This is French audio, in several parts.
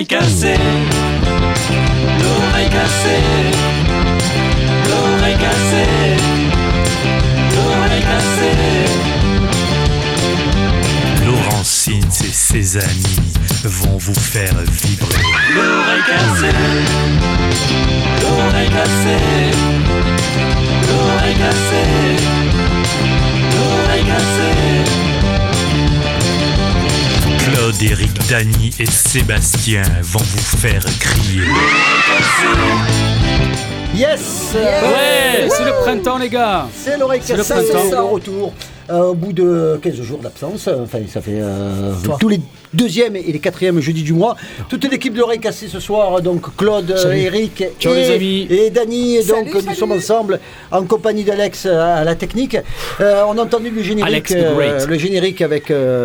l'oreille cassée, l'oreille cassée, l'oreille cassée, l'oreille cassée. Laurentine et ses amis vont vous faire vibrer. L'oreille cassée, l'oreille cassée, l'oreille cassée, l'oreille cassée. Claude, Eric, Dany et Sébastien vont vous faire crier. Yes, Ouais, c'est le printemps, les gars. C'est l'oreille C'est le cassée, printemps. c'est le retour. Au bout de 15 jours d'absence, enfin ça fait tous les deuxième et les quatrièmes jeudis du mois. Toute l'équipe de l'oreille cassée ce soir, donc Claude, Eric Ciao, les amis. et Dany. Donc Salut, nous sommes ensemble en compagnie d'Alex à la technique. On a entendu le générique, Alex the Great. le générique avec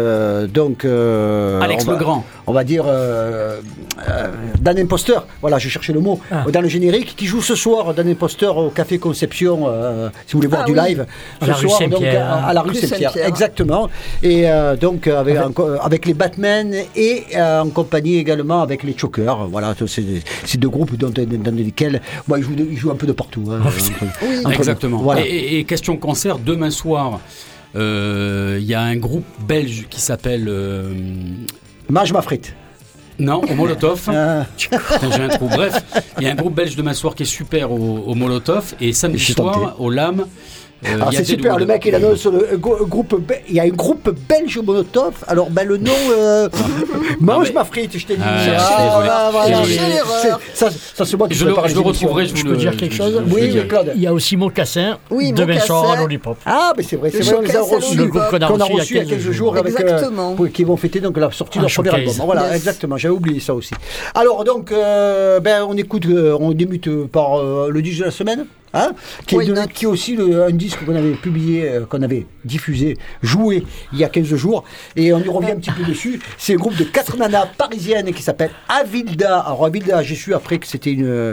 Alex le Grand. On va dire Dan Imposteur. Voilà, je cherchais le mot dans le générique qui joue ce soir Dan Imposteur au Café Conception. Si vous voulez voir du live À ce la rue soir, Saint-Pierre, donc à la rue Saint-Pierre. Saint-Pierre. Exactement. Et donc avec les Batmen et en compagnie également avec les Chokers. Voilà, c'est deux groupes dans lesquels ils jouent un peu de partout. Hein, Exactement. Voilà. Et question concert, demain soir, il y a un groupe belge qui s'appelle... Mage ma frite. Non, au Molotov. Tiens. Putain, j'ai un trou. Bref, il y a un groupe belge demain soir qui est super au Molotov. Et samedi J'ai soir, tenté. au LAM. Alors c'est super, le mec il annonce il y a un groupe belge Molotov. Alors le nom mange ma frite, je t'ai dit. Désolé. Ça c'est moi qui Je prépare le les émissions. retrouverai. Je peux dire quelque chose? Oui, Claude. Il y a aussi Mocassin, Oui, demain Mocassin. soir à Lollipop. Ah, mais c'est vrai, Le on les a showcase à reçus, Le groupe qu'on a qu'on a reçu reçu il y a 15 jours avec, Exactement. qui vont fêter donc la sortie de leur premier showcase. album. Voilà, Yes. exactement, j'avais oublié ça aussi. Alors donc, on débute par le disque de la semaine. Hein, qui Why not? est aussi un disque qu'on avait publié, qu'on avait diffusé, joué il y a 15 jours, et on y revient un petit peu dessus. C'est un groupe de 4 nanas parisiennes qui s'appelle Avilda. Alors Avilda, j'ai su après que c'était une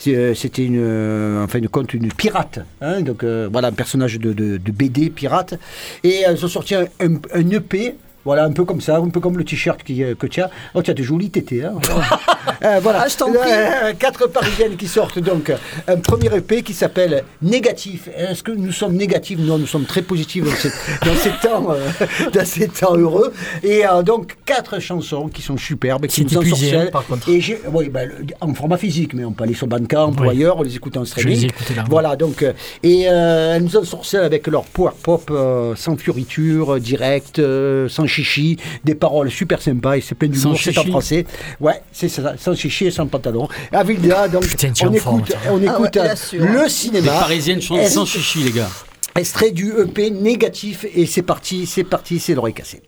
pirate, hein, donc voilà, un personnage de BD pirate, et elles ont sorti un EP. Voilà, un peu comme ça, un peu comme le t-shirt que tu as. Oh, tu as de jolis tétés. Hein. Voilà. Ah, je t'en prie. 4 parisiennes qui sortent donc un premier EP qui s'appelle Négatif. Est-ce que nous sommes négatifs? Non, nous sommes très positifs dans ces temps heureux. Et donc 4 chansons qui sont superbes, qui C'est nous en épuisé, sorcellent. par contre. Et en format physique, mais on peut aller sur Bandcamp ou Oui. ailleurs, on les écoute en streaming. les ai écoutés là. Voilà, donc, elles nous en sorcellent avec leur power pop sans fioriture, direct, sans chichi, des paroles super sympas, et c'est plein d'humour, Sans c'est en chichi. français. Ouais, c'est ça, sans chichi et sans pantalon. Avilda, donc, Putain, tu es on en forme, écoute, toi. on écoute bien sûr. le Les cinéma. Parisiennes chantent sans chichi, les gars. Extrait du EP Négatif, et c'est parti, c'est l'oreille cassée.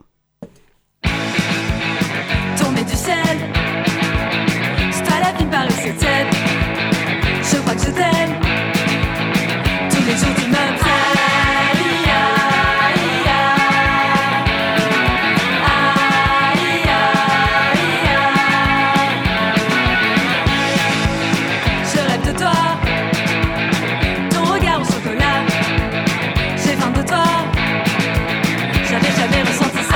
Tombé du ciel, c'est à la vie par cette scène. Je crois que je t'aime. Tous les jours tu me prends. Je rêve de toi, ton regard au chocolat. J'ai faim de toi, j'avais jamais ressenti ça.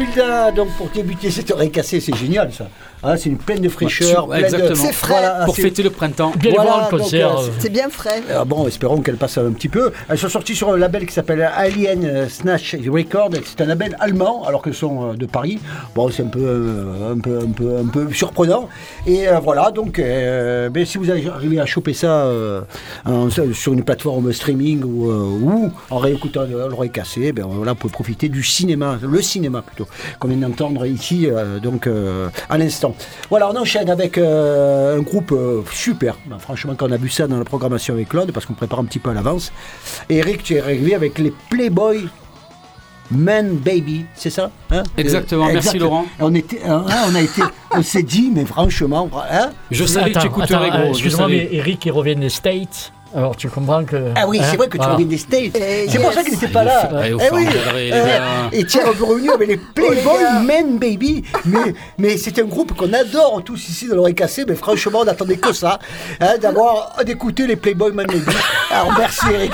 Hilda, donc pour débuter cette oreille cassée, c'est génial ça. Ah, c'est une pleine de fraîcheur, pleine exactement. de... C'est frais. Voilà, Pour c'est- fêter le printemps. Bien Voilà, voir le donc, concert. C'est bien frais. Bon, espérons qu'elle passe un petit peu. Elles sont sorties sur un label qui s'appelle Alien Snatch Record. C'est un label allemand, alors qu'elles sont de Paris. Bon, c'est un peu surprenant. Et voilà, donc, mais si vous arrivez à choper ça sur une plateforme streaming ou en réécoutant l'oreille cassée, ben voilà, vous pouvez profiter du cinéma, le cinéma plutôt, qu'on vient d'entendre ici, à l'instant. Voilà, on enchaîne avec un groupe super. Ben, franchement, quand on a vu ça dans la programmation avec Claude, parce qu'on prépare un petit peu à l'avance. Eric, tu es arrivé avec les Playboy Man Baby, c'est ça, hein? Exactement, merci Laurent. On s'est dit, mais franchement, hein? Je savais que tu écouterais, gros. Je Excuse-moi, savais. mais Eric, il revient des States. Alors, tu comprends que... Ah oui, c'est vrai que tu voilà. reviens des States. Et C'est pour yes. ça qu'il n'était pas là. Allez, au Eh oui. Flandre, les gars. Et tiens, on est revenu avec les Playboy Man Baby. Mais c'est un groupe qu'on adore tous ici dans l'oreille cassée. Mais franchement, on n'attendait que ça, hein, d'écouter les Playboy Man Baby. Alors merci Eric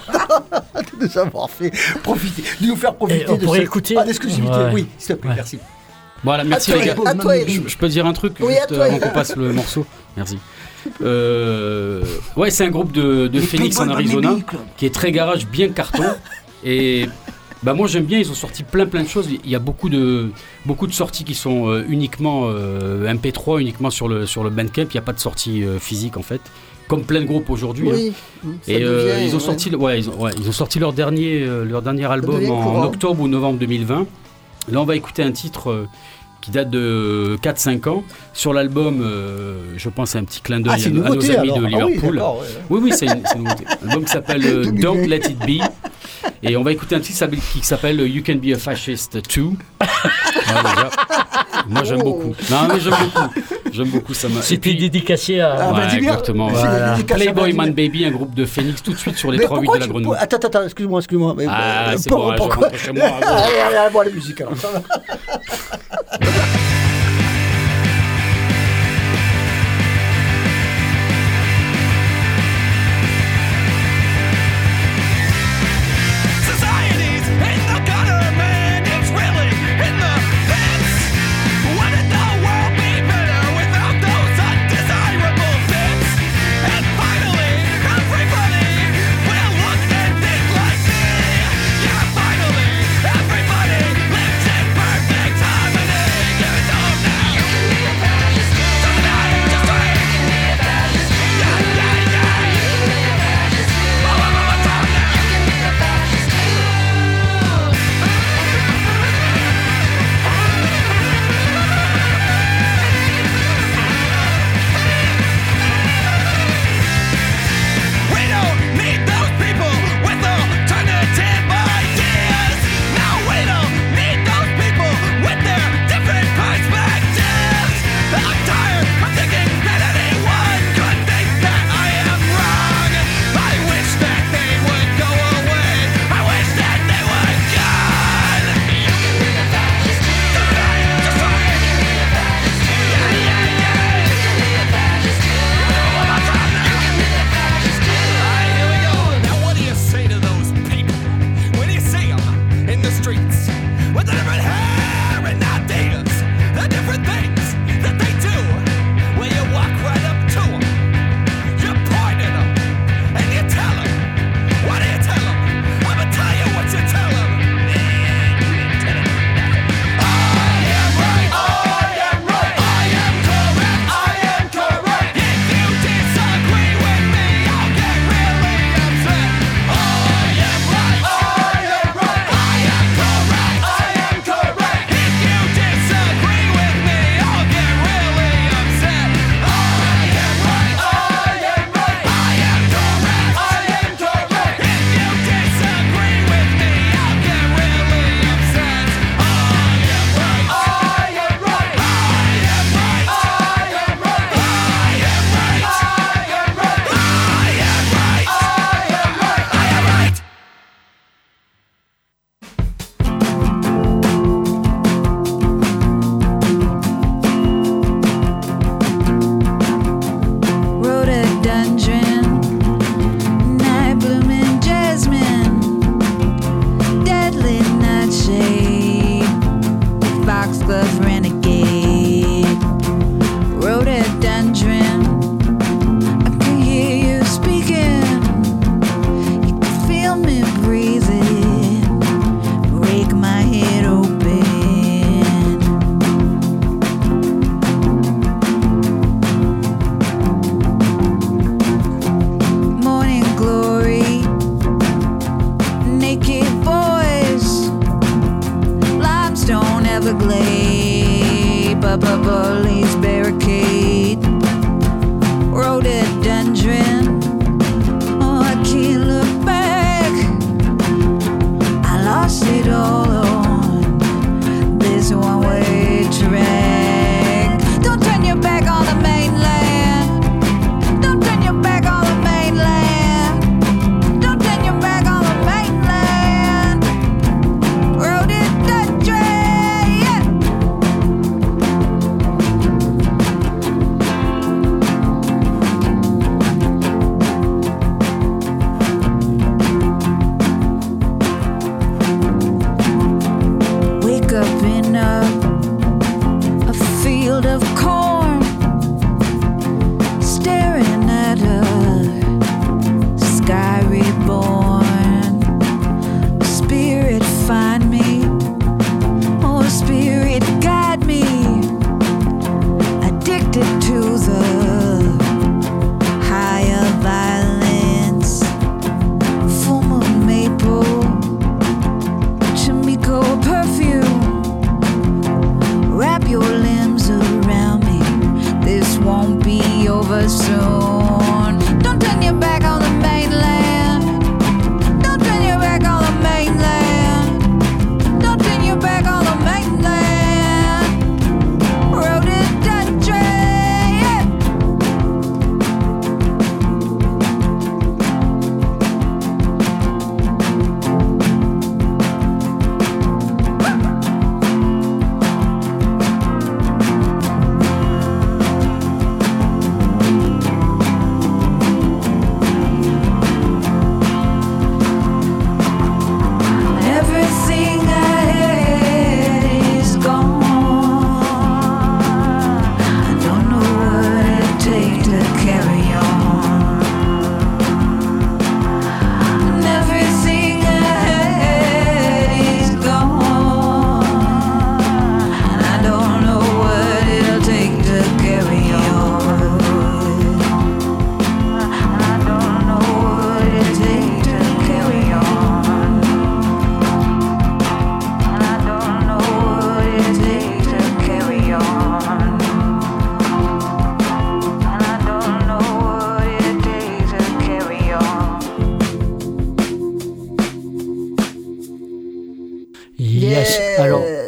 de nous avoir fait profiter, de nous faire profiter Et on de pourrait cette écouter. exclusivité. Ouais. Oui, s'il te plaît, Ouais. merci. Voilà, merci À les toi, gars. à toi, Eric. Je peux dire un truc Oui, juste à toi, avant Eric. qu'on passe le morceau. Merci. Ouais, c'est un groupe de Phoenix en Arizona qui est très garage, bien carton. Et bah moi j'aime bien, ils ont sorti plein de choses. Il y a beaucoup de sorties qui sont uniquement MP3, uniquement sur le Bandcamp. Il n'y a pas de sortie physique en fait, comme plein de groupes aujourd'hui. hein. Oui. ça Et devient, ils ont sorti, ils ont sorti leur dernier album devient en courant. octobre ou novembre 2020. Là, on va écouter un titre qui date de 4-5 ans. Sur l'album, je pense à un petit clin d'œil C'est une à nos nouveauté amis alors. de Ah oui, Liverpool. d'accord, ouais. Oui, c'est une nouveauté. L'album qui s'appelle Don't Let It Be. Et on va écouter un titre qui s'appelle You Can Be a Fascist Too. Voilà, déjà. Moi, j'aime beaucoup. Non, mais j'aime beaucoup. Ça m'a. C'était dédicacé à... Ah, bah, Ouais, dis bien. exactement. C'est Voilà. la dédicace à Playboy Vladimir. Man Baby, un groupe de Phoenix, tout de suite sur les Mais 3-8 pourquoi de la tu... Grenouille. Attends, excuse-moi. Mais, Ah, c'est bon, je pourquoi rentre chez moi. Allez, voir la musique alors. Ça va. Society's in the gutter, man. It's really in the pits. Wouldn't the world be better without those undesirable bits? And finally, everybody will look and think like me. Yeah, finally, everybody lives in perfect harmony.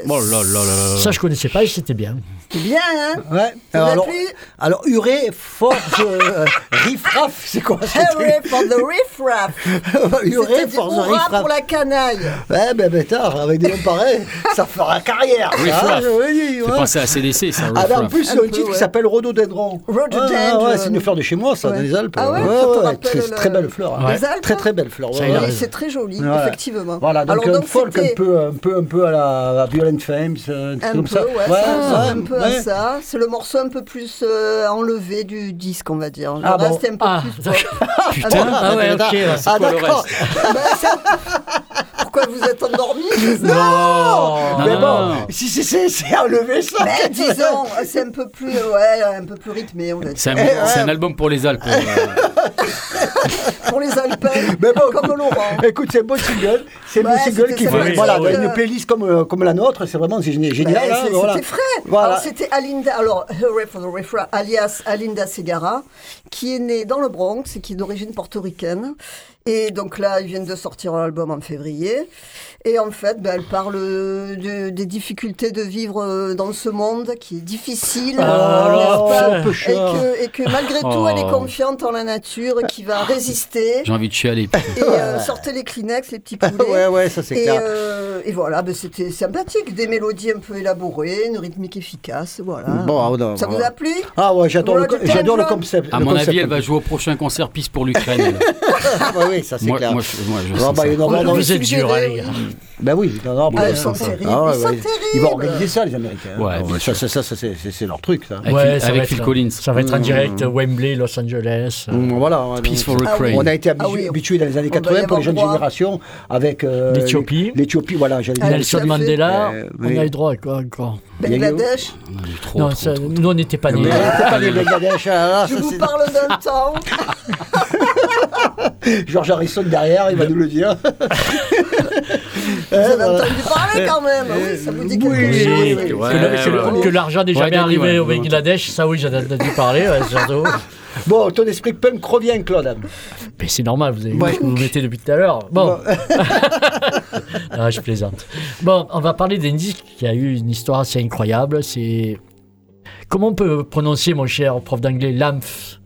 Oh là là là là. Ça, je connaissais pas et c'était bien. C'est bien, hein? Ouais. Ça vous a Alors, plu? alors Huré, Force, Riffraff, c'est quoi ce Hurray truc? for the riff-raff. Huré, C'était du Force, hurrah Riffraff. pour la canaille. Ouais, ben bêtard, avec des noms pareils, ça fera carrière. ça, Riffraff. je vous dis, Fait ouais. penser à CDC, ça. Ah ben, en Riffraff. plus, c'est Un un peu, titre ouais. qui s'appelle Rhododendron. Rhododendron. Ouais, c'est une fleur de chez moi, ça, Ouais. dans les Alpes. Ah ouais, ça te rappelle très, le- très belle fleur. hein. Les Alpes? Très très belle fleur. Ça, ouais, il a ouais. Oui, raison. c'est très joli, Ouais. effectivement. Voilà, donc Alors, un folk un c'était peu à la Violent Femmes, un comme peu, ça. ouais, ça ressemble un peu à ouais. ça. C'est le morceau un peu plus enlevé du disque, on va dire. Le Ah bon. reste est un peu Ah, plus d'accord. pop. Putain, ah ouais, ok. ouais. Ah quoi le d'accord. Bah, pourquoi vous êtes endormi? Non. Mais non, bon, non. si c'est enlevé ça. Mais disons, c'est un peu plus, un peu plus rythmé, on va dire. C'est un album pour les Alpes. Pour les Alpins, Mais bon, comme Laurent. Écoute, c'est un beau single. C'est un Ouais, beau single c'était qui sympa. fait voilà, Oui. dans une playlist comme la nôtre, c'est vraiment génial. Ben, hein, voilà. C'était frais. Voilà. Alors, c'était Alinda, Hurray for the Riff-Raff, alias Alinda Segarra, qui est née dans le Bronx et qui est d'origine portoricaine. Et donc là, ils viennent de sortir un album en février. Et en fait, elle parle des difficultés de vivre dans ce monde qui est difficile, alors, n'est-ce pas, c'est un peu cher. et que malgré tout, Oh. elle est confiante en la nature, qui va résister. J'ai envie de chialer. Et sortez les Kleenex, les petits poulets. Ouais, ça c'est Et, clair. et voilà, c'était sympathique, des mélodies un peu élaborées, une rythmique efficace, voilà. Bon, non, Ça vous a plu? Ah ouais, j'adore Rhododendron. le concept. À le mon concept. avis, elle va jouer au prochain concert Peace pour l'Ukraine. elle. Oui, ça c'est Moi, clair. je Ah, sais bah, ça. non, non, Vous êtes suggéré, dur, les oui. gars. Ben oui, non, Ah, mais ils sont ça- terribles, ah, ils sont Ils vont terribles. organiser ça, les Américains. hein. Ouais, Ah, bien ça, sûr. ça, c'est leur truc, ça. Avec Ouais, Phil- avec Phil Collins. Ça va être en direct Wembley, Los Angeles. Voilà. Peace for Ah oui. Ukraine. On a été Ah oui. habitués dans les années On doit y 80 pour avoir les jeunes droit. générations avec L'Éthiopie. L'Éthiopie, voilà, j'allais Ah, dire. Nelson tout à fait. Mandela, oui. on a eu droit à quoi encore? Bangladesh, On a eu trop, Non, trop, ça- trop. nous on n'était pas nés. Mais c'est pas les Bangladesh, là, je ça, vous c'est- parle d'un temps. George Harrison derrière, il va nous le dire. Vous avez entendu parler quand même. Oui, ça vous dit quelque Oui, chose. oui, oui. Ouais, Que l'argent n'est Ouais, jamais Denis, arrivé ouais, au ouais. Bangladesh, ça oui, j'en ai entendu parler, ouais, surtout. Bon, ton esprit punk revient, Claude. Mais c'est normal, vous avez vu Ouais. ce que vous mettez depuis tout à l'heure. Bon, ah, je plaisante. Bon, on va parler d'un disque qui a eu une histoire assez incroyable. C'est. Comment on peut prononcer, mon cher prof d'anglais, Lamph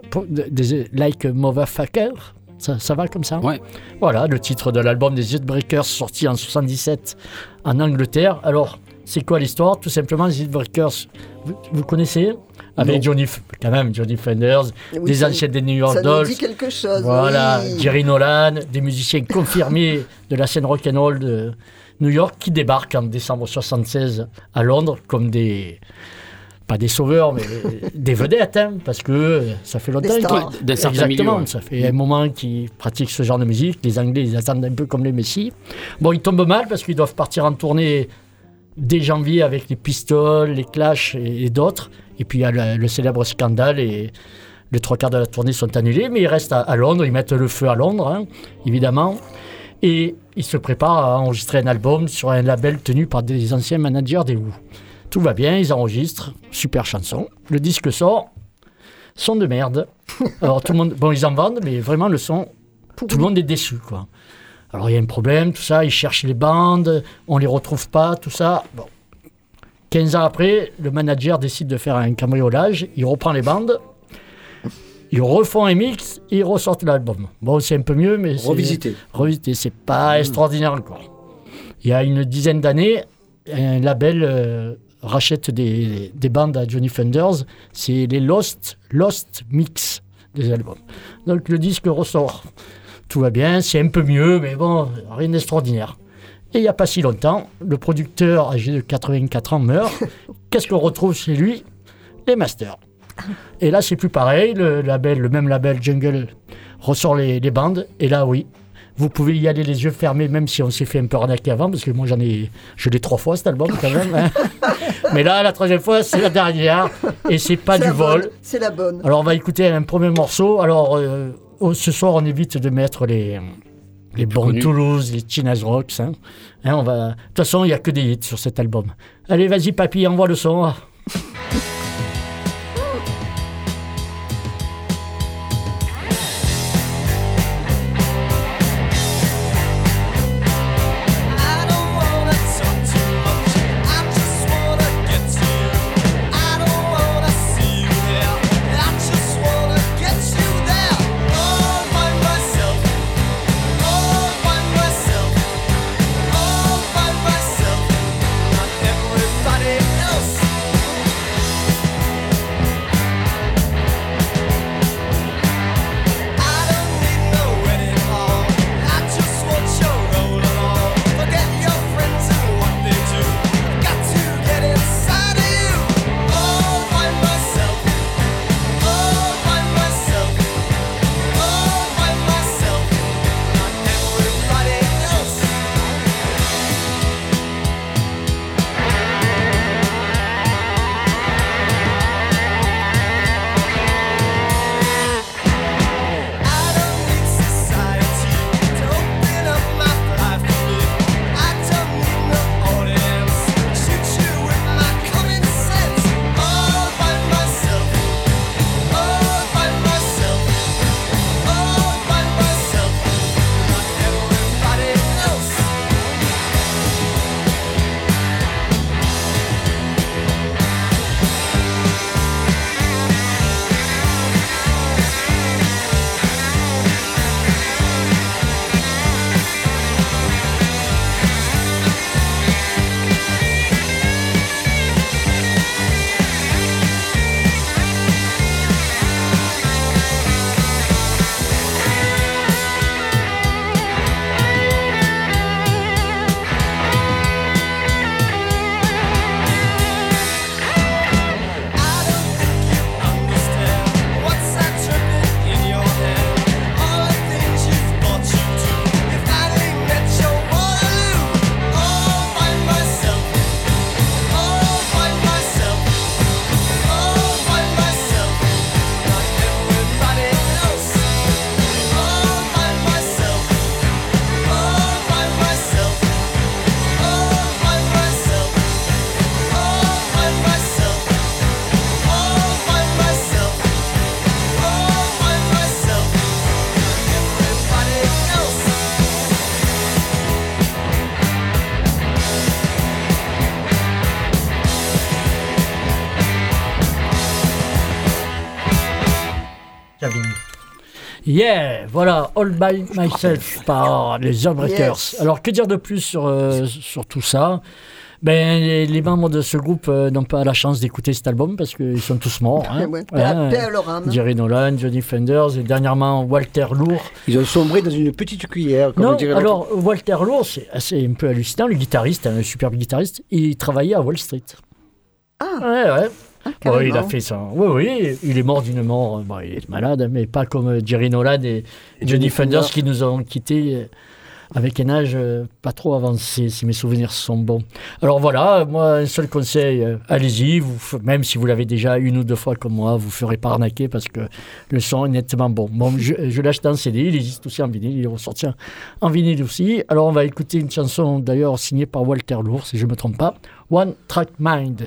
like a motherfucker? Ça va comme ça? Ouais. Voilà, le titre de l'album des Heartbreakers sorti en 77 en Angleterre. Alors, c'est quoi l'histoire? Tout simplement, les Heartbreakers, vous connaissez? Avec Johnny Fenders, Oui, des ça- anciens des New York Ça nous Dolls. dit quelque chose. Voilà, oui. Jerry Nolan, des musiciens confirmés de la scène rock'n'roll de New York qui débarquent en décembre 76 à Londres comme des. Pas des sauveurs, mais des vedettes, hein, parce que ça fait longtemps Des stars. qu'ils- D'un certain milieu, Exactement, ouais. ça fait un moment qu'ils pratiquent ce genre de musique. Les Anglais, ils attendent un peu comme les Messi. Bon, ils tombent mal parce qu'ils doivent partir en tournée dès janvier avec les Pistols, les Clash et d'autres. Et puis il y a le célèbre scandale et les 3/4 de la tournée sont annulés, mais ils restent à Londres, ils mettent le feu à Londres, hein, évidemment. Et ils se préparent à enregistrer un album sur un label tenu par des anciens managers des Who. Tout va bien, ils enregistrent, super chanson. Le disque sort, son de merde. Alors tout le monde, bon, ils en vendent, mais vraiment le son, tout le monde est déçu, quoi. Alors il y a un problème, tout ça, ils cherchent les bandes, on les retrouve pas, tout ça. Bon. 15 ans après, le manager décide de faire un cambriolage, il reprend les bandes, ils refont un mix et ils ressortent l'album. Bon, c'est un peu mieux, mais c'est... Revisité, c'est pas extraordinaire encore. Il y a une dizaine d'années, un label rachète des bandes à Johnny Fenders, c'est les Lost Mix des albums. Donc le disque ressort. Tout va bien, c'est un peu mieux, mais bon, rien d'extraordinaire. Et il n'y a pas si longtemps, le producteur âgé de 84 ans meurt. Qu'est-ce qu'on retrouve chez lui? Les masters. Et là, c'est plus pareil. Le même label Jungle ressort les bandes. Et là, oui, vous pouvez y aller les yeux fermés, même si on s'est fait un peu arnaquer avant, parce que moi, je l'ai 3 fois cet album quand même. Hein. Mais là, la 3e fois, c'est la dernière. Et c'est pas du vol. C'est la bonne. Alors, on va écouter un premier morceau. Alors, ce soir, on évite de mettre les bons connus. Toulouse, les Chinas Rocks. Hein. Hein, de toute façon, il n'y a que des hits sur cet album. Allez, vas-y, papy, envoie le son. I don't wanna talk too much. Yeah, voilà, All by Myself par les Heartbreakers. Yes. Alors, que dire de plus sur tout ça? Ben, les membres de ce groupe n'ont pas la chance d'écouter cet album parce qu'ils sont tous morts. Hein. Ouais, paix à leur âme. Jerry Nolan, Johnny Fenders et dernièrement Walter Lourd. Ils ont sombré dans une petite cuillère, comme Non, dirait alors Walter Lourd, c'est assez un peu hallucinant. Le guitariste, un superbe guitariste, il travaillait à Wall Street. Ah. Ouais. Bon, Carrément. il a fait ça. Oui, il est mort d'une mort. Bon, il est malade, mais pas comme Jerry Nolan et Johnny Fenders qui nous ont quittés avec un âge pas trop avancé, si mes souvenirs sont bons. Alors voilà, moi, un seul conseil, allez-y, même si vous l'avez déjà une ou deux fois comme moi, vous ne ferez pas arnaquer parce que le son est nettement bon. Bon, je l'ai acheté en CD, il existe aussi en vinyle, il est ressorti en vinyle aussi. Alors on va écouter une chanson d'ailleurs signée par Walter Lourd, si je ne me trompe pas, One Track Mind.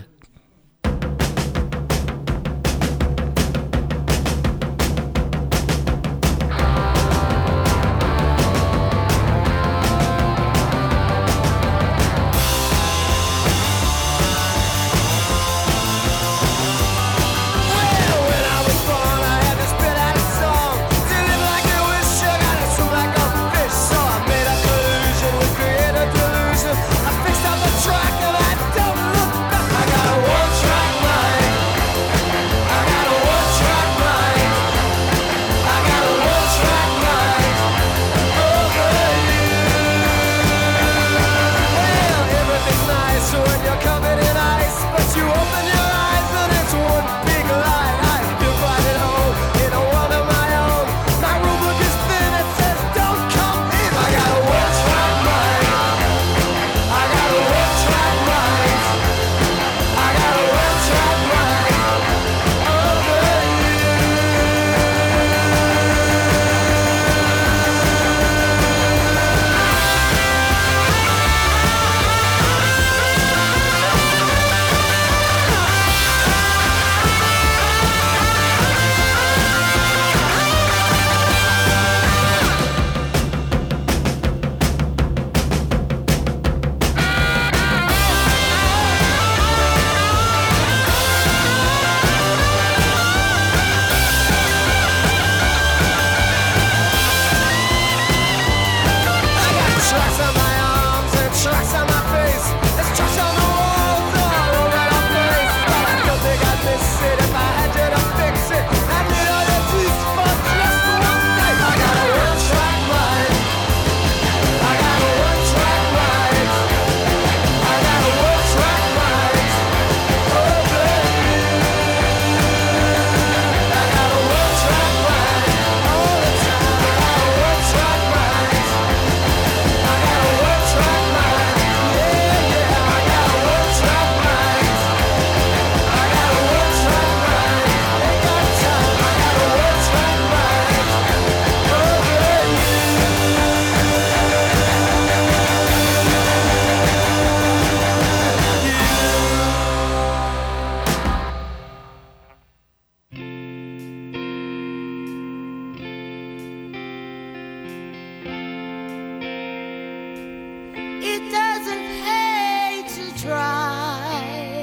It doesn't pay to try.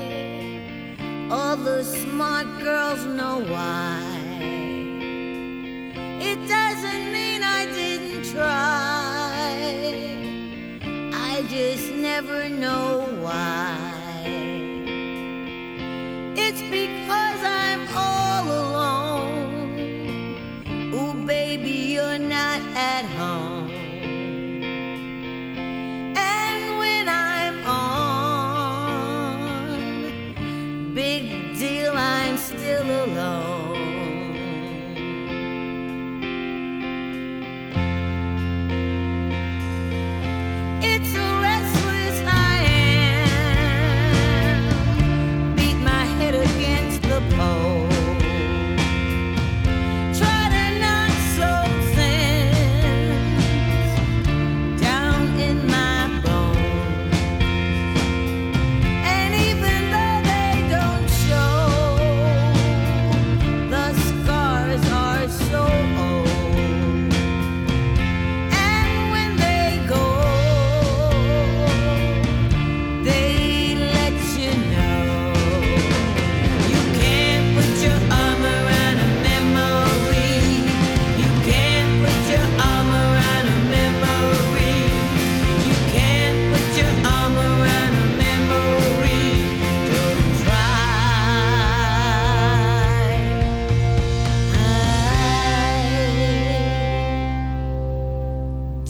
All the smart girls know why. It doesn't mean I didn't try. I just never know why. It's because I'm all alone. Ooh, baby, you're not at home. Big deal, I'm still alone. It's a restless I am. Beat my head against the pole. Try to not so thin.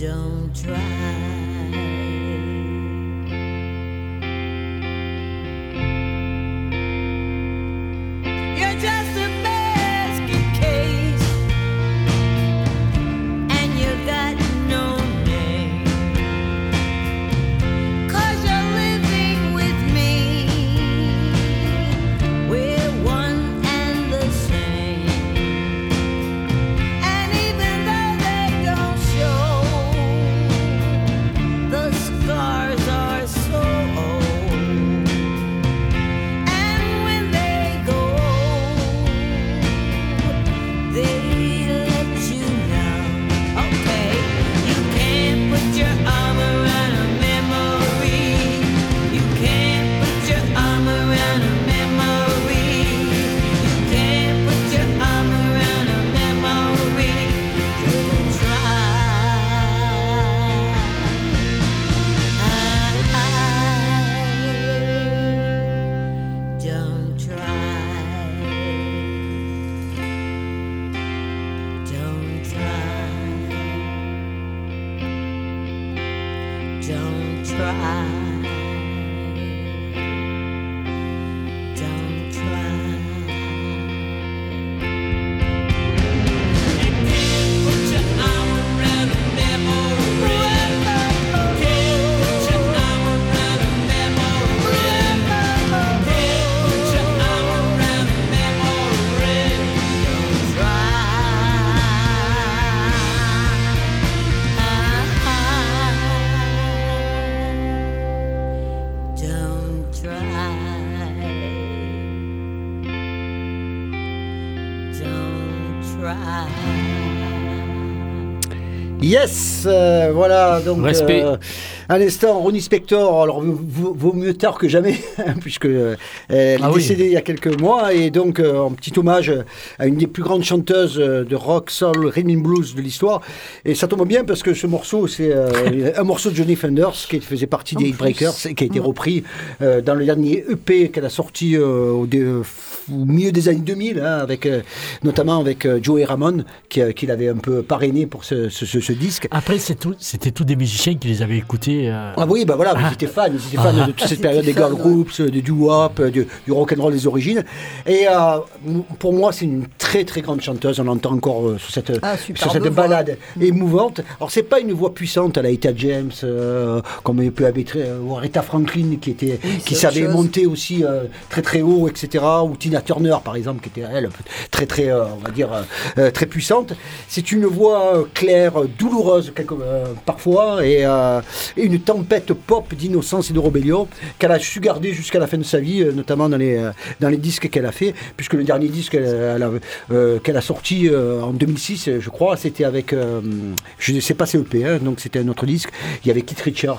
Don't try. You're just a basket case, and you got no name. 'Cause you're living with me, we're one and the same. And even though they don't show, the scars are so old. And when they go, they let you know. Okay, you can't put your arm around a memory. You can't put your arm around a memory. You can't put your arm around a memory. Don't try. Don't try. You can't put your arm around a memory. Can't put your arm around a memory. Can't put your arm around a memory. Don't try. Don't try. Don't try. Yes, voilà, donc Respect. à l'instant, Ronnie Spector, alors vaut mieux tard que jamais, puisque elle est décédée il y a quelques mois, et donc en petit hommage à une des plus grandes chanteuses de rock, soul, rhythm and blues de l'histoire, et ça tombe bien parce que ce morceau, c'est un morceau de Johnny Thunders qui faisait partie des Heatbreakers et qui a été repris dans le dernier EP qu'elle a sorti au milieu des années 2000, hein, avec, notamment avec Joey Ramone, qui l'avait un peu parrainé pour ce disque. Après, c'était tous des musiciens qui les avaient écoutés. Ah oui, bah voilà, ils étaient fans de toute cette période des girl groups, du doo-wop, du rock'n'roll des origines. Et pour moi, c'est une très très grande chanteuse. On l'entend encore sur cette balade émouvante. Alors, c'est pas une voix puissante à la Etta James, comme il peut être ou Aretha Franklin, qui savait monter aussi très très haut, etc. Ou Tina Turner, par exemple, qui était elle très très, on va dire, très puissante. C'est une voix claire, douloureuse parfois, et une tempête pop d'innocence et de rébellion qu'elle a su garder jusqu'à la fin de sa vie, notamment dans les disques qu'elle a fait, puisque le dernier disque qu'elle a sorti en 2006, je crois, c'était avec, je ne sais pas, c'est EP, hein, donc c'était un autre disque. Il y avait Keith Richards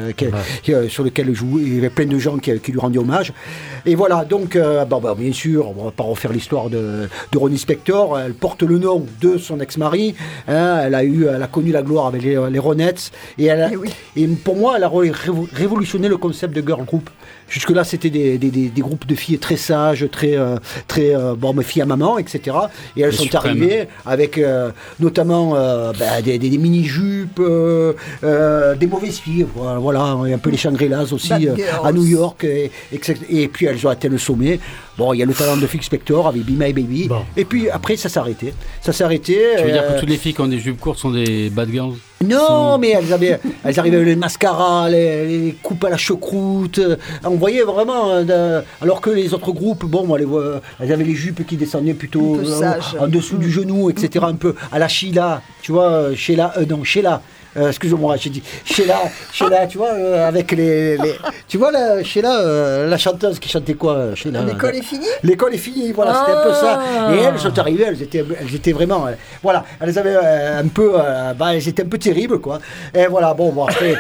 sur lequel elle jouait, il y avait plein de gens qui lui rendaient hommage. Et voilà, donc, bien sûr, on ne va pas refaire l'histoire de Ronnie Spector. Elle porte le nom de son ex-mari, hein, elle a connu la gloire avec les Ronettes, et pour moi, elle a révolutionné le concept de girl group. Jusque-là, c'était des groupes de filles très sages, très filles à maman, etc. Et elles sont arrivées avec notamment des mini-jupes, des mauvaises filles, voilà, un peu les Shangri-Las aussi à New York, et puis elles ont atteint le sommet. Bon, il y a le talent de Phil Spector avec Be My Baby, et puis après, ça s'est arrêté. Tu veux dire que toutes les filles qui ont des jupes courtes sont des bad girls? Non, mais elles arrivaient avec les mascaras, les coupes à la choucroute. On voyait vraiment, alors que les autres groupes, elles avaient les jupes qui descendaient plutôt en dessous du genou, etc. Un peu à la Sheila, tu vois, Sheila. Excusez-moi, j'ai dit Sheila, tu vois, avec les tu vois, Sheila, la chanteuse qui chantait quoi, Sheila? L'école est finie. L'école est finie, voilà, c'était un peu ça. Et elles sont arrivées, elles étaient vraiment, voilà, elles avaient elles étaient un peu terribles, quoi. Et voilà, après,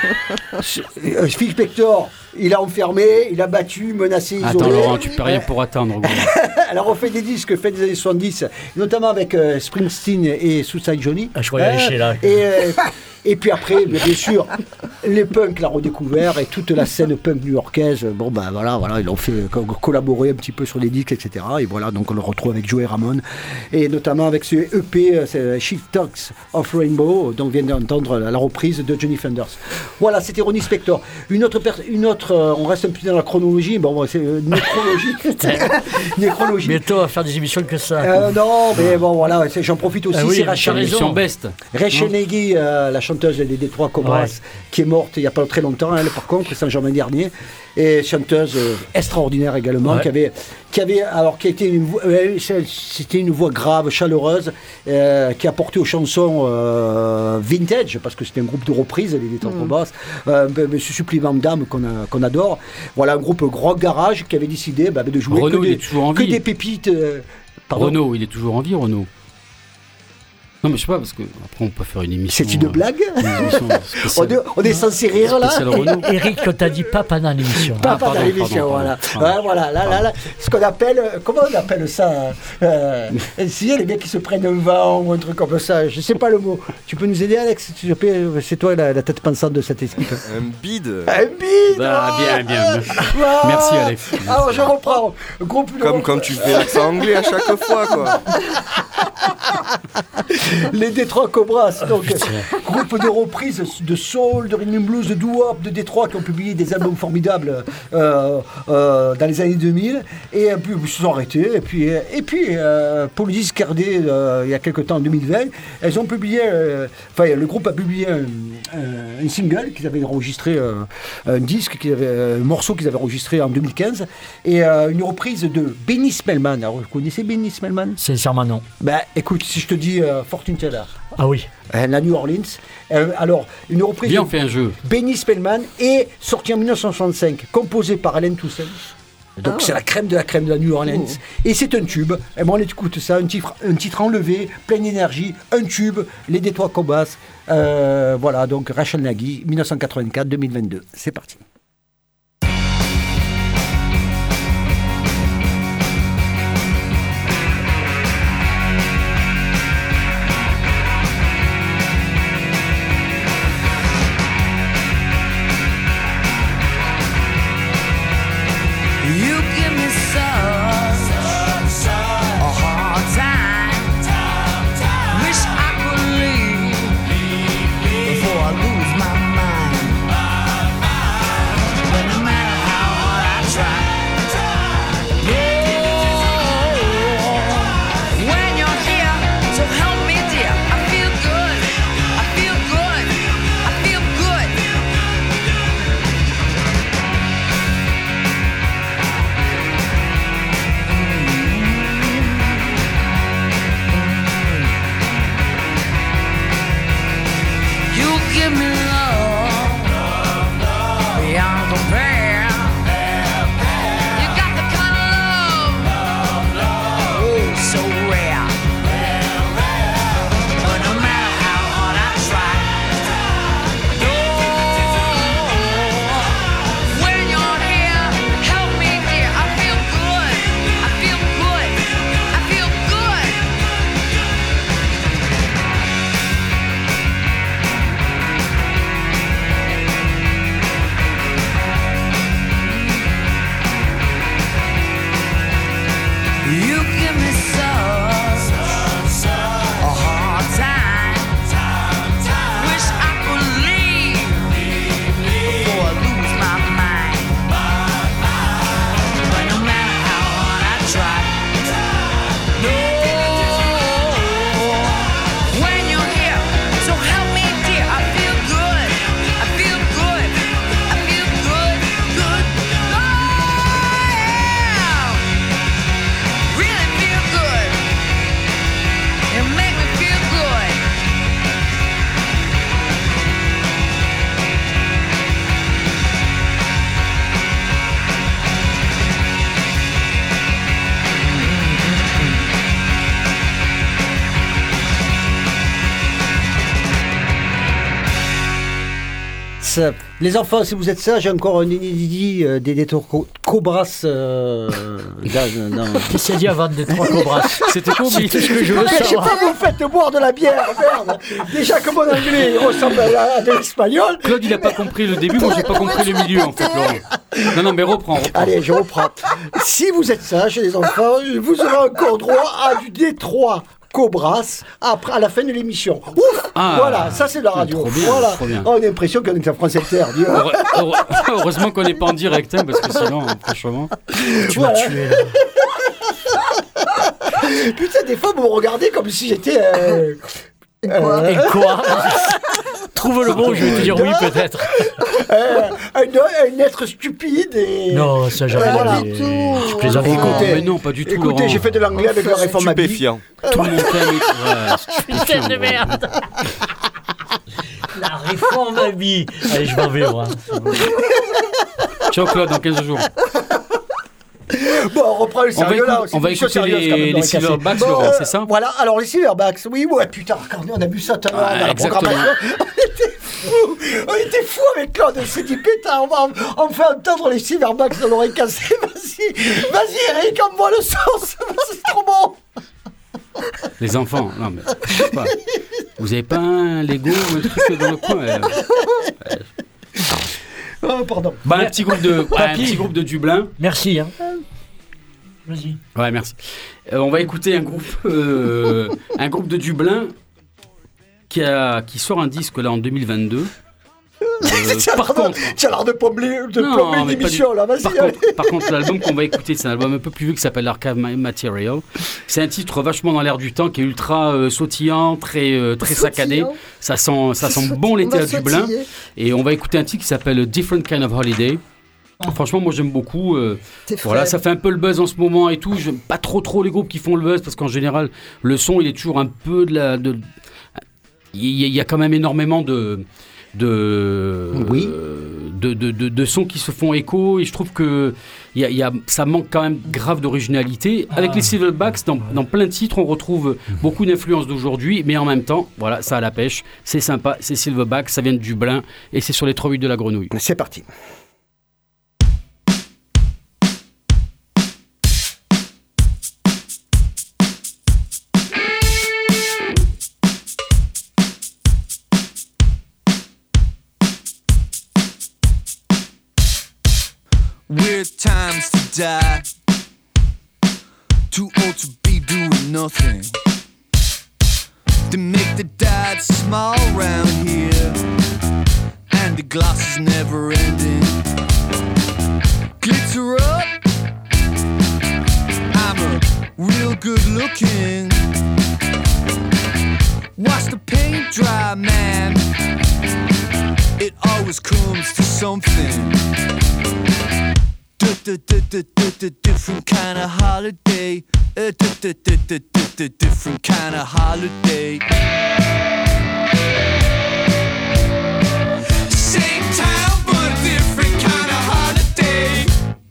Phil Spector, il a enfermé, il a battu, menacé, isolé. Attends, Laurent, tu peux rien pour attendre. elle a refait des disques fin des années 70, notamment avec Springsteen et Suicide Johnny. Ah, je croyais aller chez là. Et puis après, bien sûr, les punks l'ont redécouvert et toute la scène punk new-yorkaise. Bon, ben voilà, ils ont fait collaborer un petit peu sur des disques, etc. Et voilà, donc on le retrouve avec Joey Ramone et notamment avec ce EP, c'est She Talks of Rainbow, dont on vient d'entendre la reprise de Johnny Thunders. Voilà, c'était Ronnie Spector. Une autre, on reste un peu dans la chronologie. Bon, c'est nécrologie. Bientôt, on va faire des émissions que ça. Non, mais bon, voilà, j'en profite aussi. Oui, c'est Rachel Émission Best. Nagy, la chanteuse des Détroit Cobras, qui est morte il n'y a pas très longtemps, elle, par contre, Saint-Germain dernier, et chanteuse extraordinaire également, qui a été c'était une voix grave, chaleureuse, qui a porté aux chansons vintage, parce que c'était un groupe de reprise, les Détroit Cobras, ce supplément d'âme qu'on adore. Voilà, un groupe rock garage qui avait décidé de jouer Renaud, que des pépites. Renaud, il est toujours en vie, Renaud. Non, mais je sais pas, parce que après on peut faire une émission. C'est une blague spéciale. On est censé rire là. Eric, on t'a dit pas pendant l'émission. Pas pendant l'émission, voilà. Voilà, là, ce qu'on appelle, comment on appelle ça s'il y a les mecs qui se prennent un vent ou un truc comme ça, je sais pas le mot. Tu peux nous aider, Alex, s'il te plaît? C'est toi la tête pensante de cette équipe. Un bide. Un bide. Bien. Merci, Alex. Alors je reprends. Comme quand tu fais l'accent anglais à chaque fois, quoi. Les Détroit Cobras, donc groupe de reprises de soul, de rhythm and blues, de doo-wop de Détroit qui ont publié des albums formidables dans les années 2000 et puis ils se sont arrêtés et puis pour le disque Cardé il y a quelque temps en 2020, elles ont publié le groupe a publié un single qu'ils avaient enregistré, un disque un morceau qu'ils avaient enregistré en 2015 et une reprise de Benny Spellman. Alors vous connaissez Benny Spellman? Sincèrement non. Écoute, si je te dis Fortune Teller. Ah oui. La New Orleans. Alors, une reprise. Bien, on fait un jeu. Benny Spellman est sorti en 1965, composé par Allen Toussaint. Donc c'est la crème de la New Orleans. Et c'est un tube. Et moi, on écoute ça, un titre enlevé, plein d'énergie, un tube, les Détroit Cobras. Voilà, donc Rachel Nagy, 1984-2022. C'est parti. You give me such a hard time. Wish I could leave before I lose my mind. But no matter how hard I try, when you're here, so help me, dear. I feel good. I feel good. I feel good. You give me love beyond compare. You got the kind of love, oh, so rare. But no matter how hard I try, when you're here, help me, dear. I feel good. I feel good. I feel good. Cobras. Les enfants, si vous êtes sages, j'ai encore un inédit des Cobras. Qu'est-ce qu'il y a dit avant des 3 Cobras? C'était quoi, C'est tout ce que je veux Mais je sais savoir. pas, vous faites boire de la bière, merde. Déjà que mon anglais ressemble à de l'espagnol. Claude, il a pas compris le début, moi j'ai pas compris le milieu en fait, Laurent. Non, mais reprends. Allez, je reprends. Si vous êtes sages, les enfants, vous aurez encore droit à du Détroit Cobras après, à la fin de l'émission. Ouf. Ah. Voilà, ça c'est de la radio. Trop bien, Voilà. trop bien. On a l'impression qu'on est à France Inter. Dis, Heureusement qu'on n'est pas en direct, hein, parce que sinon, franchement. Tu m'as tué. Là. Putain, des fois, vous me regardez comme si j'étais. Et quoi? Trouve le mot, je vais te dire oui peut-être. Un être stupide et. Non, ça jamais. Voilà. jamais. Pas du tout. Tu plaisantes. Écoutez, mais non, pas du tout. Écoutez, Laurent. j'ai fait de l'anglais avec la réforme Abi. Stupéfiant. Tout le monde t'aime. Ouais, Putain de merde. La réforme à vie. Allez, je m'en vais, moi. Ciao Claude, dans 15 jours. Bon, on reprend le sérieux là. On va écouter les Silverbacks, Laurent, c'est ça? Voilà, alors les Silverbacks, oui, ouais, putain, regardez, on a vu ça tout à l'heure dans la exactement. programmation. On était fous avec Claude, on s'est dit, putain, on fait entendre les Silverbacks dans l'oreille cassée, vas-y Eric, envoie le sens, c'est trop bon. Les enfants, non mais, je sais pas. Vous avez pas un Lego ou un truc dans le coin Oh, pardon. Bah, un petit groupe de Dublin. Merci. Hein. Vas-y. Ouais, merci. On va écouter un groupe de Dublin qui sort un disque là en 2022. Par contre, Tu as l'air de plomber Non, mais l'émission là, vas-y. allez. par contre, l'album qu'on va écouter, c'est un album un peu plus vieux qui s'appelle Archive Material. C'est un titre vachement dans l'air du temps, qui est ultra sautillant, très saccadé. Ça sent bon l'été à Dublin. Et on va écouter un titre qui s'appelle Different Kind of Holiday. Franchement, moi j'aime beaucoup. Voilà, ça fait un peu le buzz en ce moment et tout. J'aime pas trop les groupes qui font le buzz parce qu'en général, le son il est toujours un peu il y a quand même énormément de sons qui se font écho et je trouve que ça manque quand même grave d'originalité. Avec les Silverbacks, dans plein de titres, on retrouve beaucoup d'influences d'aujourd'hui, mais en même temps, voilà, ça a la pêche, c'est sympa, c'est Silverbacks, ça vient de Dublin et c'est sur les 3-8 de la Grenouille. C'est parti. Weird times to die. Too old to be doing nothing. They make the died small round here, and the glass is never ending. Glitter up, I'm a real good looking. Watch the paint dry, man. It always comes to something. Different kind of holiday. Different kind of holiday. Same town, but a different kind of holiday.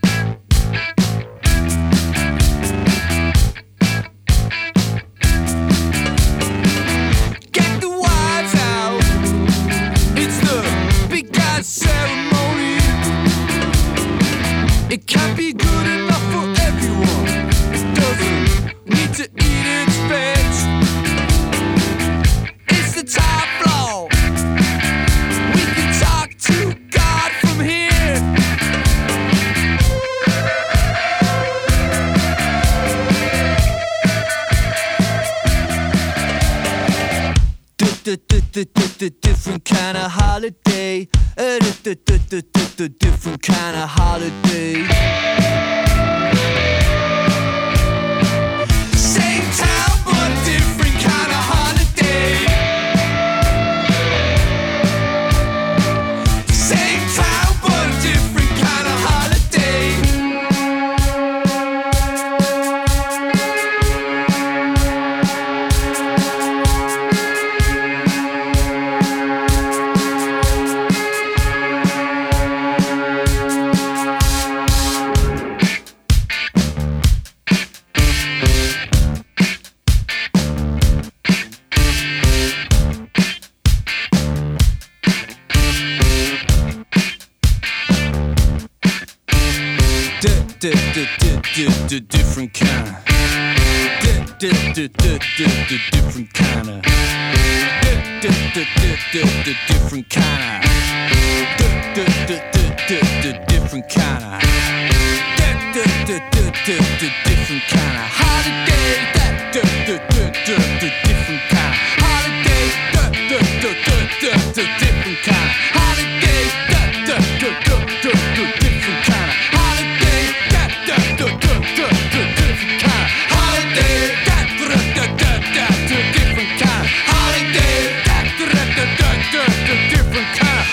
Get the wives out. It's the big guy ceremony. It can't be good enough for everyone. It doesn't need to eat its veg. It's the top floor. We can talk to God from here. Different kind of holiday. Different kind of holiday. Same town, but different kind of holiday. Same town, but different kind of holiday. different kind of different kind of different kind of different kind of different kind of holiday different kind of holiday different kind of holiday different kind of holiday different kind of holiday different kind of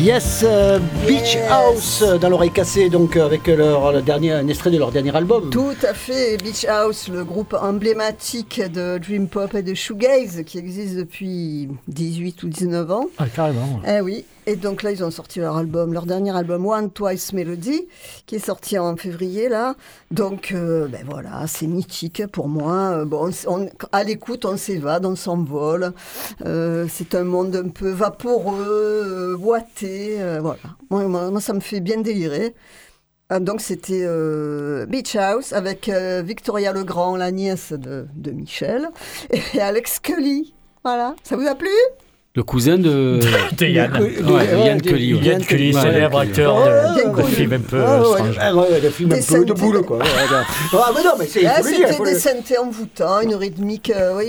Yes, Beach House dans l'oreille cassée, donc avec un extrait de leur dernier album. Tout à fait, Beach House, le groupe emblématique de Dream Pop et de Shoegaze qui existe depuis 18 ou 19 ans. Ah, carrément. Eh oui, et donc là ils ont sorti leur dernier album One Twice Melody, qui est sorti en février là. Donc voilà, c'est mythique pour moi. Bon, à l'écoute on s'évade, on s'envole. C'est un monde un peu vaporeux, boité. Voilà. Moi, ça me fait bien délirer. Donc, c'était Beach House avec Victoria Legrand, la nièce de Michel, et Alex Kelly. Voilà. Ça vous a plu? Le cousin de Yann. Yann Kelly. Ouais. Yann Kelly, célèbre acteur de film un peu strange. De film un peu de boule, quoi. Mais non, mais c'est... C'était des synthés envoûtants, une rythmique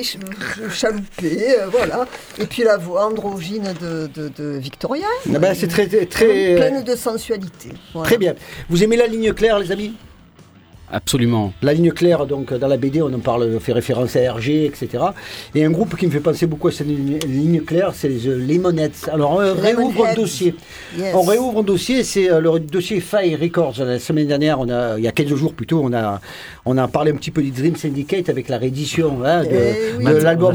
chaloupée, voilà. Et puis la voix androgyne de Victoria. C'est très... Pleine de sensualité. Voilà. Très bien. Vous aimez la ligne claire, les amis? Absolument. La ligne claire, donc dans la BD, on en parle, on fait référence à Hergé, etc. Et un groupe qui me fait penser beaucoup à cette ligne claire, c'est les Lemonheads. Alors, on réouvre un dossier. Yes. On réouvre un dossier, c'est le dossier Fire Records. La semaine dernière, il y a 15 jours plutôt, on a parlé un petit peu du Dream Syndicate avec la réédition de l'album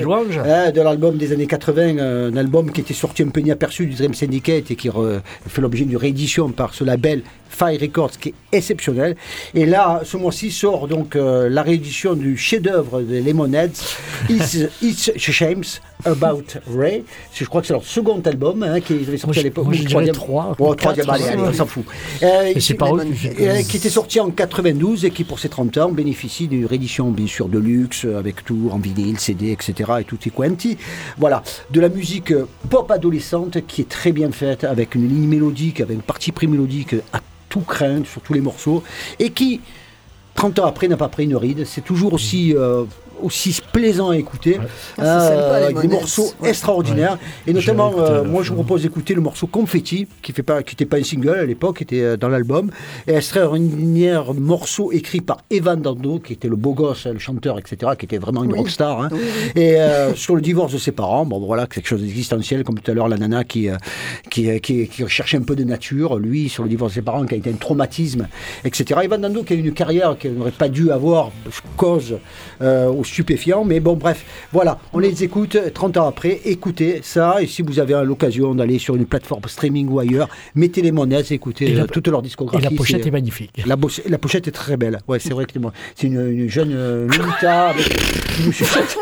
de l'album des années 80, un album qui était sorti un peu inaperçu du Dream Syndicate et qui fait l'objet d'une réédition par ce label Fire Records qui est exceptionnel. Et là, ce mois-ci sort donc la réédition du chef-d'œuvre des Lemonheads, It's Shames About Ray. Je crois que c'est leur second album qu'ils avaient sorti à l'époque. Moi, je dirais 3. Troisième, allez, on s'en fout. C'est pas qui était sorti en 92 et qui, pour ses 30 ans, bénéficie d'une réédition, bien sûr, de luxe, avec tout en vinyle, CD, etc. et tout est quanti. Voilà, de la musique pop adolescente qui est très bien faite, avec une ligne mélodique, avec une partie pré-mélodique à tout craindre sur tous les morceaux, et qui, 30 ans après, n'a pas pris une ride. C'est toujours aussi plaisant à écouter, avec des morceaux extraordinaires. Et notamment, moi je vous propose d'écouter le morceau Confetti, qui n'était pas un single à l'époque, qui était dans l'album, et extraordinaire morceau écrit par Evan Dando, qui était le beau gosse, le chanteur, etc., qui était vraiment une rockstar. Et sur le divorce de ses parents, bon voilà, quelque chose d'existentiel, comme tout à l'heure la nana qui recherchait un peu de nature, lui sur le divorce de ses parents, qui a été un traumatisme, etc. Evan Dando qui a eu une carrière qu'il n'aurait pas dû avoir, cause aux stupéfiants, mais bon bref, voilà, on les écoute 30 ans après, écoutez ça, et si vous avez l'occasion d'aller sur une plateforme streaming ou ailleurs, mettez les monnaies, écoutez toute leur discographie. Et la pochette est magnifique. La pochette est très belle, ouais, c'est vrai que c'est une jeune Lolita avec une chuchote.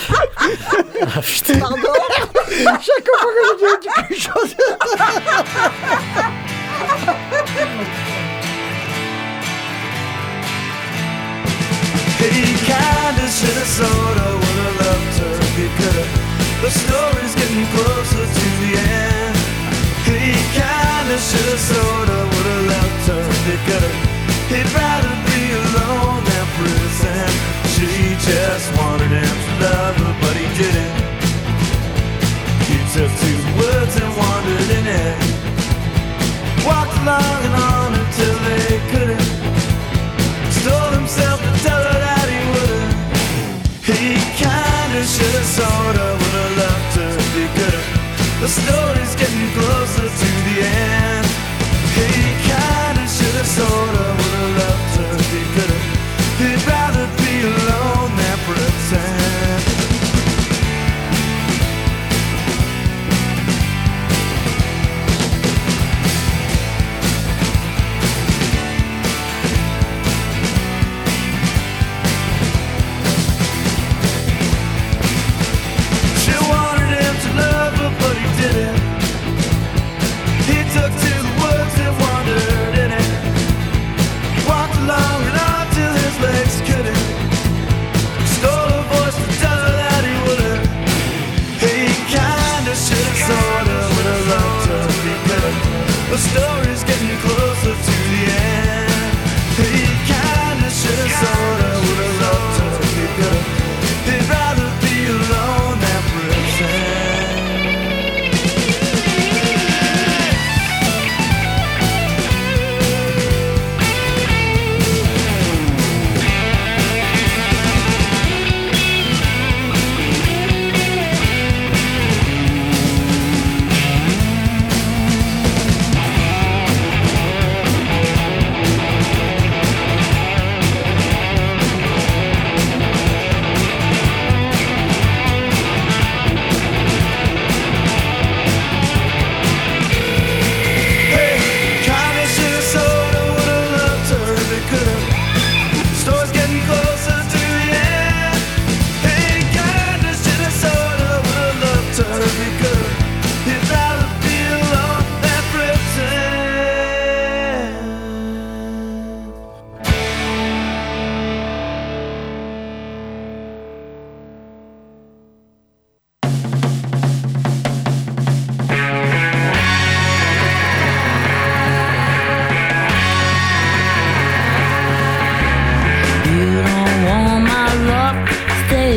Pardon. Chaque fois que je dis quelque chose. He kinda shoulda, sorta, woulda loved her. He coulda. The story's getting closer to the end. He kinda shoulda, sorta, woulda loved her. He coulda. He'd rather be alone than prison. She just wanted him to love her, but he didn't. He took 2 words and wandered in it. Walked along and on until they couldn't. Stole himself to tell her that he wouldn't. He kinda shoulda, sorta, woulda loved her. He coulda. The story's getting closer to the end. He kinda shoulda, sorta, woulda loved her. He coulda. He'd rather be alone than pretend.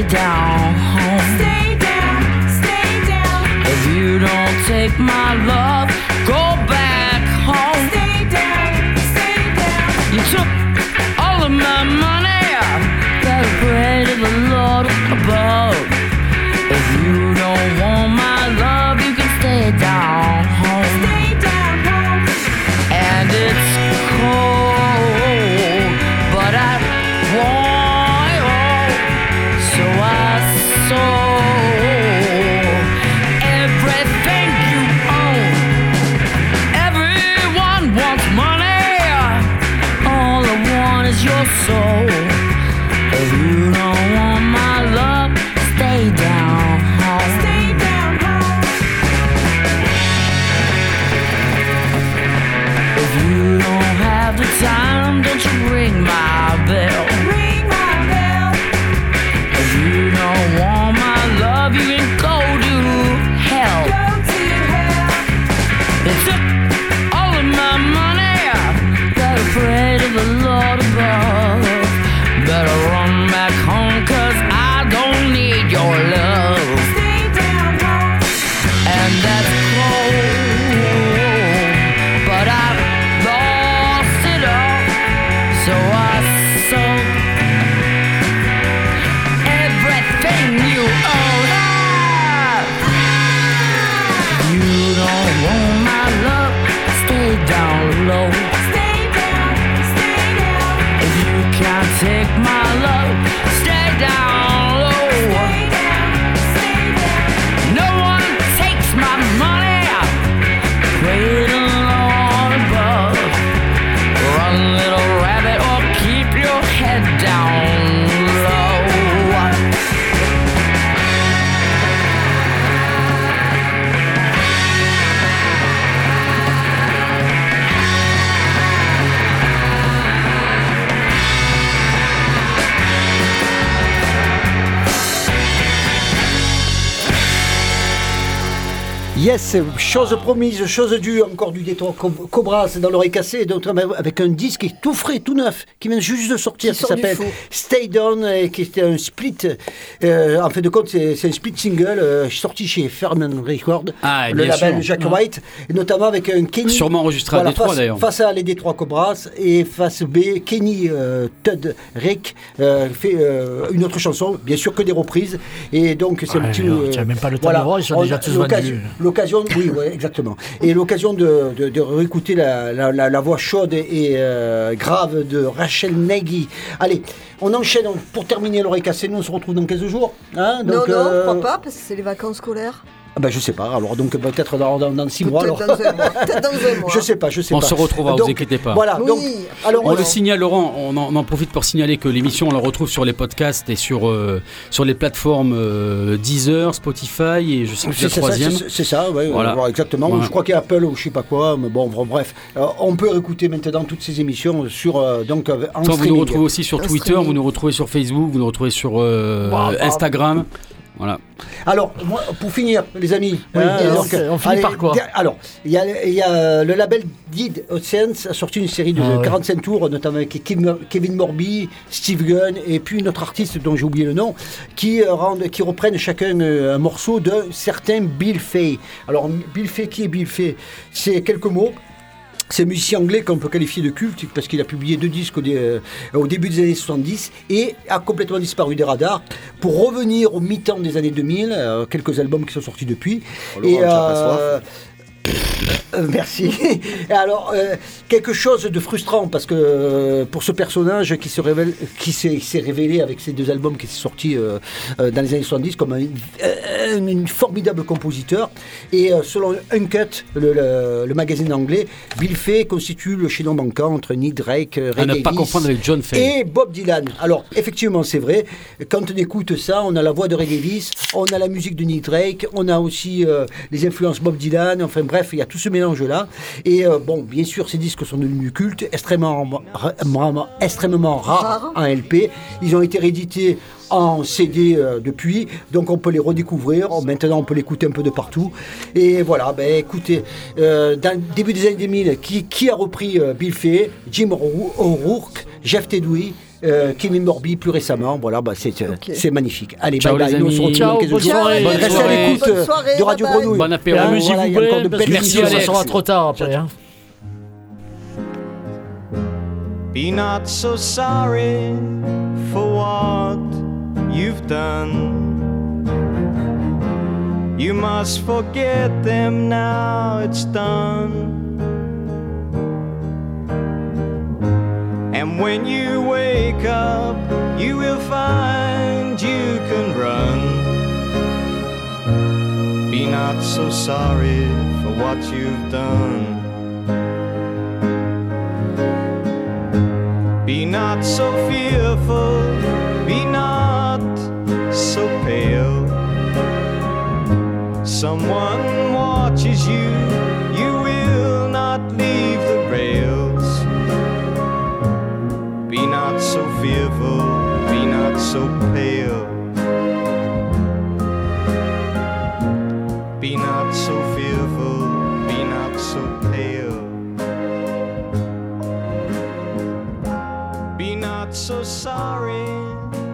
down. Stay down. If you don't take my love, go back home. Stay down. You took all of my money, better pray to the Lord above. If you don't want my love, you can stay down home. And it's cold, but I want you, so I sold everything you own. Everyone wants money, all I want is your soul. If you don't want my love, stay down home. If you don't have the time, don't you ring my bell. If you don't want my love, you can go to hell. They took all of my money, better pray to the Lord above. Better run back home, 'cause I don't need your love. And that's cold, but I lost it all, so I sold everything you own. You don't want my love, stay down low. If you can't take my love, stay down low. No one takes my money, pray the Lord above. Run, little rabbit, or keep your head down low. Yes, chose promise, chose due, encore du Détroit Cobras dans l'oreille cassée, donc avec un disque qui est tout frais, tout neuf, qui vient juste de sortir, qui s'appelle Stay Down, et qui était un split, en fin de compte c'est un split single sorti chez Ferdinand Records, le label Jack White, et notamment avec un Kenny, sûrement enregistré à Détroit d'ailleurs. Face à les Détroit Cobras, et face B, Kenny Todd Rick fait une autre chanson, bien sûr que des reprises, et donc c'est un petit... tu n'as même pas le temps de voir, ils sont déjà tous vendus. L'occasion, oui, exactement. Et l'occasion de réécouter la voix chaude et grave de Rachel Nagy. Allez, on enchaîne pour terminer l'oreille cassée. Nous, on se retrouve dans 15 jours. Hein, donc, non, je crois pas, parce que c'est les vacances scolaires. Ah ben, je sais pas, alors donc peut-être dans 6 mois. Alors. Peut-être dans un mois. Je sais pas. On se retrouvera, donc, vous inquiétez pas. Voilà, oui. donc, alors, on le signale, Laurent, on en profite pour signaler que l'émission, on la retrouve sur les podcasts et sur les plateformes Deezer, Spotify et je sais que c'est la troisième. C'est ça, ouais, voilà. Exactement. Voilà. Je crois qu'il y a Apple ou je sais pas quoi, mais bon, bref. On peut écouter maintenant toutes ces émissions sur donc en streaming. Vous nous retrouvez aussi sur Twitter, vous nous retrouvez sur Facebook, vous nous retrouvez sur Instagram. Voilà. Alors, moi, pour finir, les amis, donc, on finit par quoi? Alors, il y a le label Dead Oceans a sorti une série de 45 tours, notamment avec Kevin Morby, Steve Gunn et puis une autre artiste dont j'ai oublié le nom, qui reprennent chacun un morceau d'un certain Bill Fay. Alors, Bill Fay, qui est Bill Fay? C'est quelques mots. C'est un musicien anglais qu'on peut qualifier de culte parce qu'il a publié 2 disques au début des années 70 et a complètement disparu des radars pour revenir au mi-temps des années 2000, quelques albums qui sont sortis depuis. Merci. Et alors, quelque chose de frustrant parce que pour ce personnage qui s'est révélé avec ces 2 albums qui sont sortis dans les années 70 comme un formidable compositeur. Et selon Uncut, le magazine anglais, Bill Fay constitue le chaînon manquant entre Nick Drake, Ray Davies, pas confondre avec John Fay et Bob Dylan. Alors, effectivement, c'est vrai. Quand on écoute ça, on a la voix de Ray Davies, on a la musique de Nick Drake, on a aussi les influences Bob Dylan. Enfin bref, il y a tout ce mélange-là. Et bon, bien sûr, ces disques sont devenus cultes, extrêmement rares en LP. Ils ont été réédités en CD depuis, donc on peut les redécouvrir. Maintenant, on peut l'écouter un peu de partout. Et voilà, écoutez, dans le début des années 2000, qui a repris Bill Fay? Jim O'Rourke, Jeff Tweedy, Kevin Morby plus récemment. Voilà, c'est magnifique. Allez, Ciao, bye les bye. Nous, on se amis. retrouve Ciao, dans quelques bonne jours. soirée. Bonne Restez à soirée. l'écoute Bonne soirée, de Radio bye bye. Grenouille. Bon apéro. Amusez-vous Voilà, il y a bien, encore de parce belles que Merci, sinon, ça Alex. sera trop tard après. Hein. Be not so sorry for what you've done. You must forget them now, it's done. And when you wake up, you will find you can run. Be not so sorry for what you've done. Be not so fearful, be not so pale. Someone watches you, you will not leave the rails. Be not so fearful, be not so pale. Be not so fearful, be not so pale. Be not so sorry